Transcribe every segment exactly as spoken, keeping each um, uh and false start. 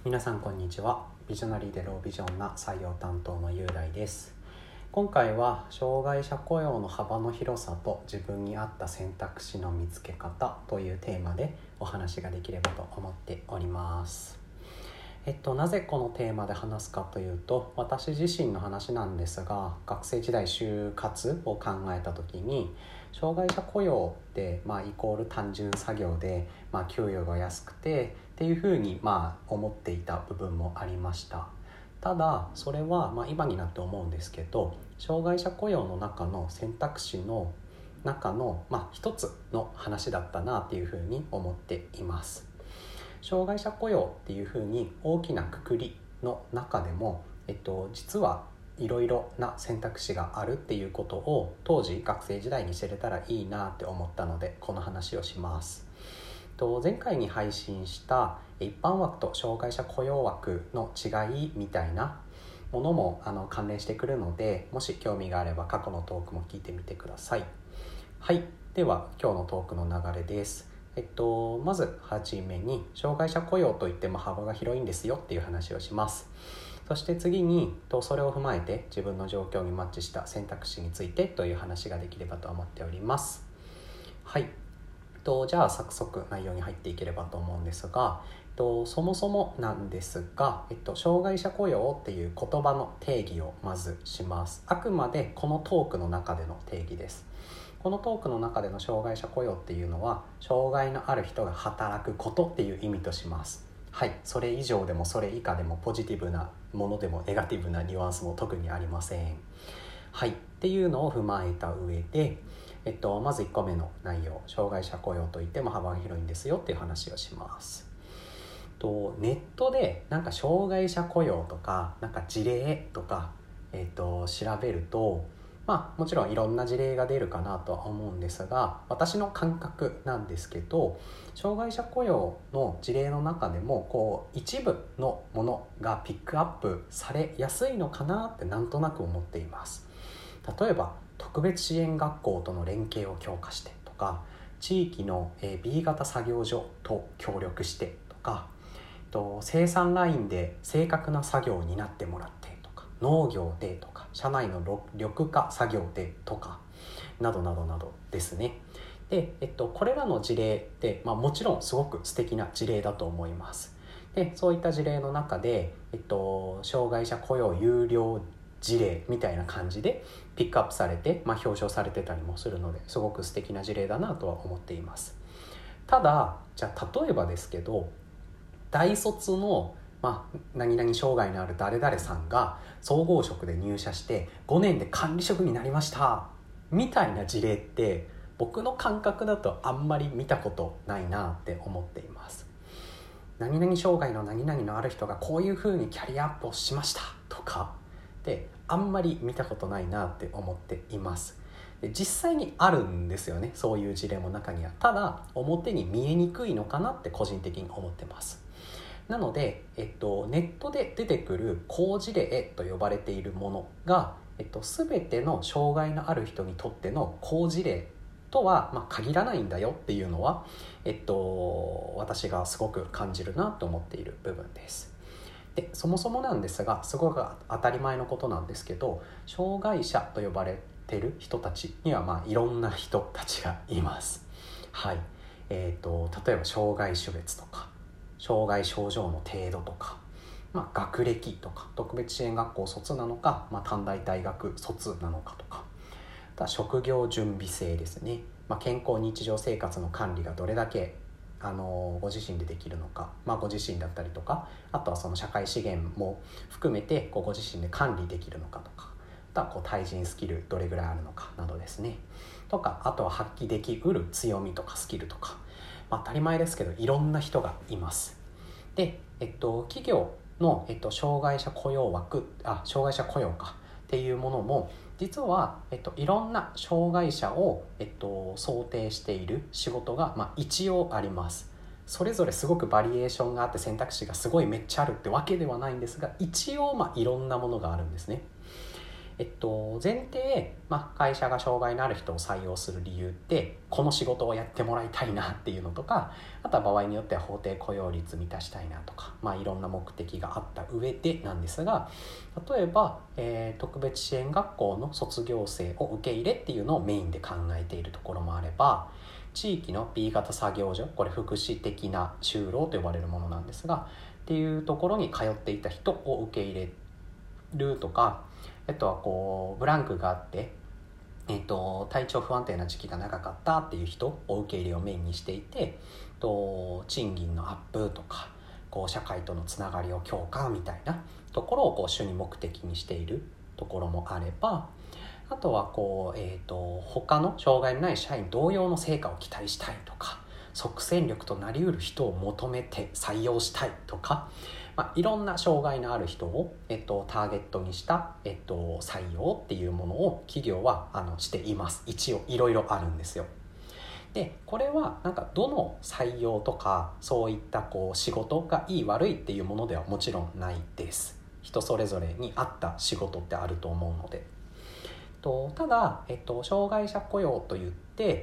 皆さんこんにちは。ビジョナリーでロービジョンな採用担当の雄大です。今回は障害者雇用の幅の広さと自分に合った選択肢の見つけ方というテーマでお話ができればと思っております。えっと、なぜこのテーマで話すかというと、私自身の話なんですが、学生時代就活を考えた時に、障害者雇用って、まあ、イコール単純作業で、まあ、給与が安くてっていうふうに、まあ、思っていた部分もありました。ただそれは、まあ、今になって思うんですけど、障害者雇用の中の選択肢の中の、まあ、一つの話だったなっていうふうに思っています。障害者雇用っていうふうに大きな括りの中でも、えっと、実はいろいろな選択肢があるっていうことを当時学生時代に知れたらいいなって思ったので、この話をします。と前回に配信した一般枠と障害者雇用枠の違いみたいなものもあの関連してくるので、もし興味があれば過去のトークも聞いてみてください。はい、では今日のトークの流れです。えっと、まずはじめに障害者雇用といっても幅が広いんですよっていう話をします。そして次にそれを踏まえて自分の状況にマッチした選択肢についてという話ができればと思っております。はい、とじゃあ早速内容に入っていければと思うんですが、とそもそもなんですが、えっと、障害者雇用っていう言葉の定義をまずします。あくまでこのトークの中での定義です。このトークの中での障害者雇用っていうのは、障害のある人が働くことっていう意味とします。はい、それ以上でもそれ以下でもポジティブなものでもネガティブなニュアンスも特にありません。はい、っていうのを踏まえた上で、えっと、まずいっこめの内容、障害者雇用といっても幅が広いんですよっていう話をします。とネットでなんか障害者雇用とかなんか事例とか、えっと、調べると、まあ、もちろんいろんな事例が出るかなとは思うんですが、私の感覚なんですけど、障害者雇用の事例の中でもこう一部のものがピックアップされやすいのかなってなんとなく思っています。例えば特別支援学校との連携を強化してとか、地域の ビー 型作業所と協力してとか、生産ラインで正確な作業を担ってもらってとか、農業でとか、社内の緑化作業でとかなどなどなどですね。で、えっと、これらの事例って、まあ、もちろんすごく素敵な事例だと思います。で、そういった事例の中で、えっと、障害者雇用有料事例みたいな感じでピックアップされて、まあ、表彰されてたりもするので、すごく素敵な事例だなとは思っています。ただ、じゃあ例えばですけど、大卒の、まあ、何々障害のある誰々さんが総合職で入社してごねんで管理職になりましたみたいな事例って、僕の感覚だとあんまり見たことないなって思っています。何々障害の何々のある人がこういう風にキャリアアップをしましたとかってあんまり見たことないなって思っています。で、実際にあるんですよね、そういう事例も中には。ただ表に見えにくいのかなって個人的に思ってます。なので、えっと、ネットで出てくる好事例と呼ばれているものが、えっと、全ての障害のある人にとっての好事例とは、まあ、限らないんだよっていうのは、えっと、私がすごく感じるなと思っている部分です。で、そもそもなんですが、すごく当たり前のことなんですけど、障害者と呼ばれている人たちには、まあ、いろんな人たちがいます。はい、えーと、例えば障害種別とか、障害症状の程度とか、まあ、学歴とか、特別支援学校卒なのか、まあ、短大大学卒なのかとか、あとは職業準備制ですね、まあ、健康日常生活の管理がどれだけあのご自身でできるのか、まあ、ご自身だったりとか、あとはその社会資源も含めてこうご自身で管理できるのかとか、あとはこう対人スキルどれぐらいあるのかなどですね、とか、あとは発揮できうる強みとかスキルとか、まあ、当たり前ですけどいろんな人がいます。で、えっと、企業の、えっと、障害者雇用枠あ障害者雇用かっていうものも実は、えっと、いろんな障害者を、えっと、想定している仕事が、まあ、一応あります。それぞれすごくバリエーションがあって選択肢がすごいめっちゃあるってわけではないんですが、一応、まあ、いろんなものがあるんですね。 えっと、前提、まあ、会社が障害のある人を採用する理由ってこの仕事をやってもらいたいなっていうのとか、あとは場合によっては法定雇用率満たしたいなとか、まあ、いろんな目的があった上でなんですが、例えば、えー、特別支援学校の卒業生を受け入れっていうのをメインで考えているところもあれば、地域の B 型作業所、これ福祉的な就労と呼ばれるものなんですがっていうところに通っていた人を受け入れるとか、あとはこうブランクがあって、えー、と体調不安定な時期が長かったっていう人を受け入れをメインにしていて、と賃金のアップとかこう社会とのつながりを強化みたいなところをこう主に目的にしているところもあれば、あとはこう、えー、と他の障害のない社員同様の成果を期待したいとか、即戦力となりうる人を求めて採用したいとか、まあ、いろんな障害のある人を、えっと、ターゲットにした、えっと、採用っていうものを企業はあのしています。一応いろいろあるんですよ。でこれはなんかどの採用とかそういったこう仕事がいい悪いっていうものではもちろんないです。人それぞれに合った仕事ってあると思うので。とただ、えっと、障害者雇用といって、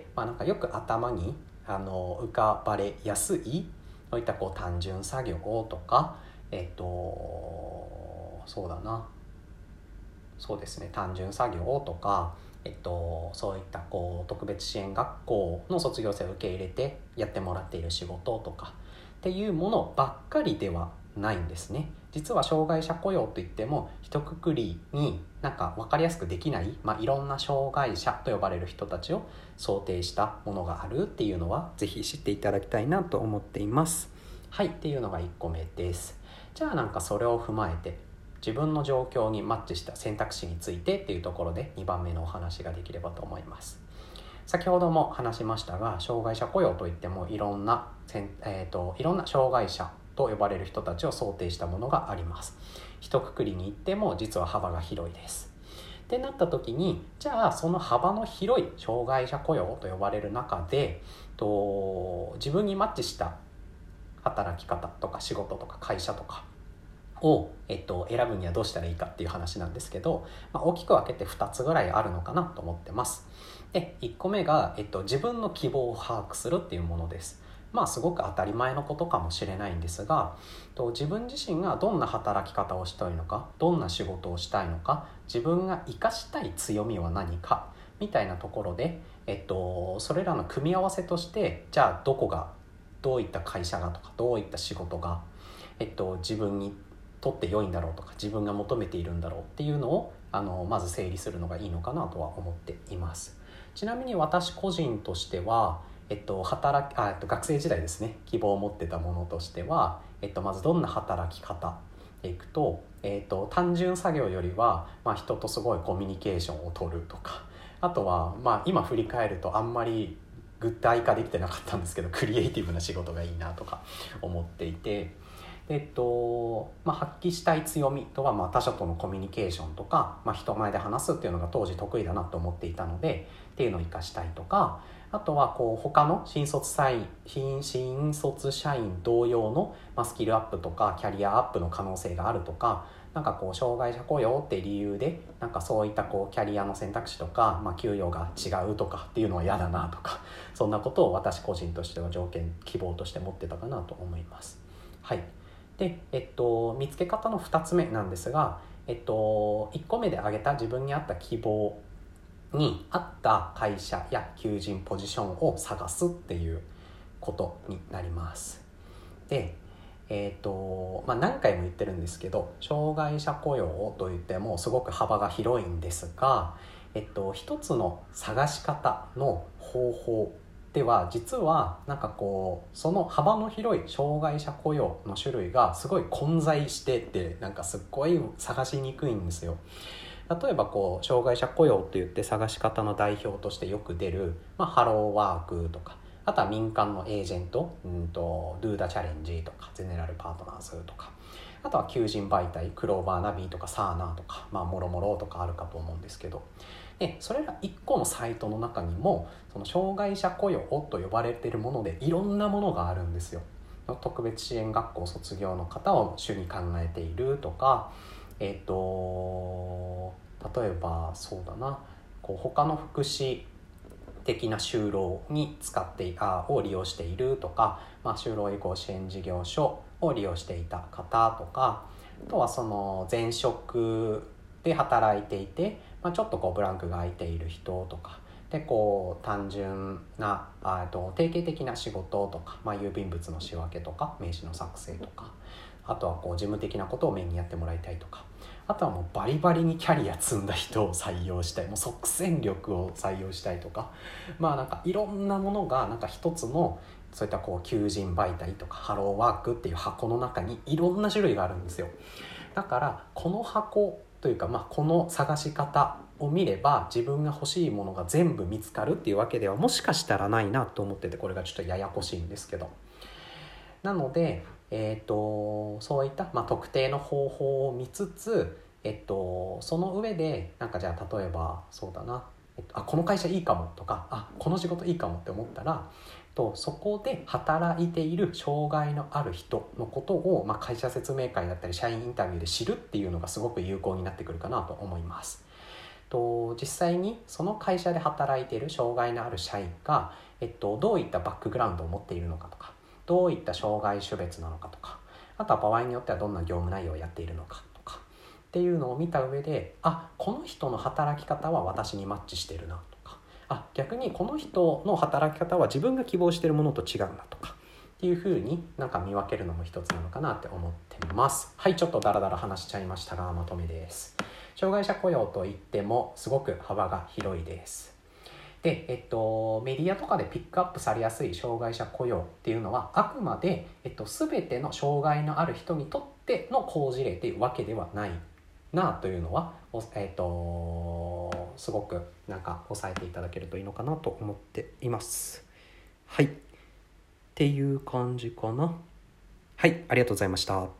まあ、なんかよく頭にあの浮かばれやすいそういったこう単純作業とか、えっとそうだなそうですね単純作業とか、えっと、そういったこう特別支援学校の卒業生を受け入れてやってもらっている仕事とかっていうものばっかりではないんですね。実は障害者雇用といっても一括りになんか分かりやすくできない、まあ、いろんな障害者と呼ばれる人たちを想定したものがあるっていうのはぜひ知っていただきたいなと思っています。はい、っていうのがいっこめです。じゃあなんかそれを踏まえて自分の状況にマッチした選択肢についてっていうところでにばんめのお話ができればと思います。先ほども話しましたが、障害者雇用といってもいろんな、えーと、いろんな障害者と呼ばれる人たちを想定したものがあります。一括りに言っても実は幅が広いです。ってなった時に、じゃあその幅の広い障害者雇用と呼ばれる中でと自分にマッチした働き方とか仕事とか会社とかを、えっと、選ぶにはどうしたらいいかっていう話なんですけど、まあ、大きく分けてふたつぐらいあるのかなと思ってます。でいっこめが、えっと、自分の希望を把握するっていうものです。まあすごく当たり前のことかもしれないんですが、と自分自身がどんな働き方をしたいのか、どんな仕事をしたいのか、自分が生かしたい強みは何かみたいなところで、えっと、それらの組み合わせとしてじゃあどこがどういった会社がとかどういった仕事が、えっと、自分にとって良いんだろうとか自分が求めているんだろうっていうのをあのまず整理するのがいいのかなとは思っています。ちなみに私個人としては、えっと、働きあ、えっと、学生時代ですね希望を持ってたものとしては、えっと、まずどんな働き方でいくと、えっと、単純作業よりは、まあ、人とすごいコミュニケーションを取るとか、あとは、まあ、今振り返るとあんまり具体化できてなかったんですけどクリエイティブな仕事がいいなとか思っていて、えっとまあ、発揮したい強みとは、まあ、他者とのコミュニケーションとか、まあ、人前で話すっていうのが当時得意だなと思っていたのでっていうのを生かしたいとか、あとはこう他の新卒社員新新卒社員同様の、まあ、スキルアップとかキャリアアップの可能性があるとか、なんかこう障害者雇用って理由でなんかそういったこうキャリアの選択肢とか、まあ、給与が違うとかっていうのは嫌だなとか、そんなことを私個人としては条件希望として持ってたかなと思います。はい。で、えっと、見つけ方のふたつめなんですが、えっと、いっこめで挙げた自分に合った希望に合った会社や求人ポジションを探すっていうことになります。で、えっとまあ、何回も言ってるんですけど、障害者雇用といってもすごく幅が広いんですが、えっと、一つの探し方の方法では実はなんかこうその幅の広い障害者雇用の種類がすごい混在してて、なんかすっごい探しにくいんですよ。例えばこう障害者雇用って言って探し方の代表としてよく出る、まあ、ハローワークとか、あとは民間のエージェント、うんと、ドゥーダチャレンジとかゼネラルパートナーズとか、あとは求人媒体クローバーナビとかサーナーとか、まあもろもろとかあるかと思うんですけど、でそれらいっこのサイトの中にもその障害者雇用と呼ばれているものでいろんなものがあるんですよ。特別支援学校卒業の方を主に考えているとか、えっと例えばそうだな、こう他の福祉的な就労に使ってあを利用しているとか、まあ、就労移行支援事業所を利用していた方とか、あとはその前職で働いていて、まあ、ちょっとこうブランクが空いている人とかで、こう単純なあと定型的な仕事とか、まあ、郵便物の仕分けとか名刺の作成とか、あとはこう事務的なことをメインにやってもらいたいとか、あとはもうバリバリにキャリア積んだ人を採用したい、もう即戦力を採用したいとか、まあなんかいろんなものがなんか一つのそういったこう求人媒体とかハローワークっていう箱の中にいろんな種類があるんですよ。だからこの箱というか、まあこの探し方を見れば自分が欲しいものが全部見つかるっていうわけではもしかしたらないなと思ってて、これがちょっとややこしいんですけど、なのでえー、とそういった、まあ、特定の方法を見つつ、えっと、その上でなんかじゃあ例えばそうだな、えっと、あこの会社いいかもとか、あこの仕事いいかもって思ったら、とそこで働いている障害のある人のことを、まあ、会社説明会だったり社員インタビューで知るっていうのがすごく有効になってくるかなと思います。と実際にその会社で働いている障害のある社員が、えっと、どういったバックグラウンドを持っているのかとか、どういった障害種別なのかとか、あとは場合によってはどんな業務内容をやっているのかとかっていうのを見た上で、あこの人の働き方は私にマッチしてるなとか、あ逆にこの人の働き方は自分が希望しているものと違うなとかっていう風になんか見分けるのも一つなのかなって思ってます。はい、ちょっとダラダラ話しちゃいましたがまとめです。障害者雇用といってもすごく幅が広いです。で、えっと、メディアとかでピックアップされやすい障害者雇用っていうのはあくまで、えっと、全ての障害のある人にとっての好事例っていうわけではないなというのは、えっと、すごくなんか押さえていただけるといいのかなと思っています。はい。っていう感じかな。はい、ありがとうございました。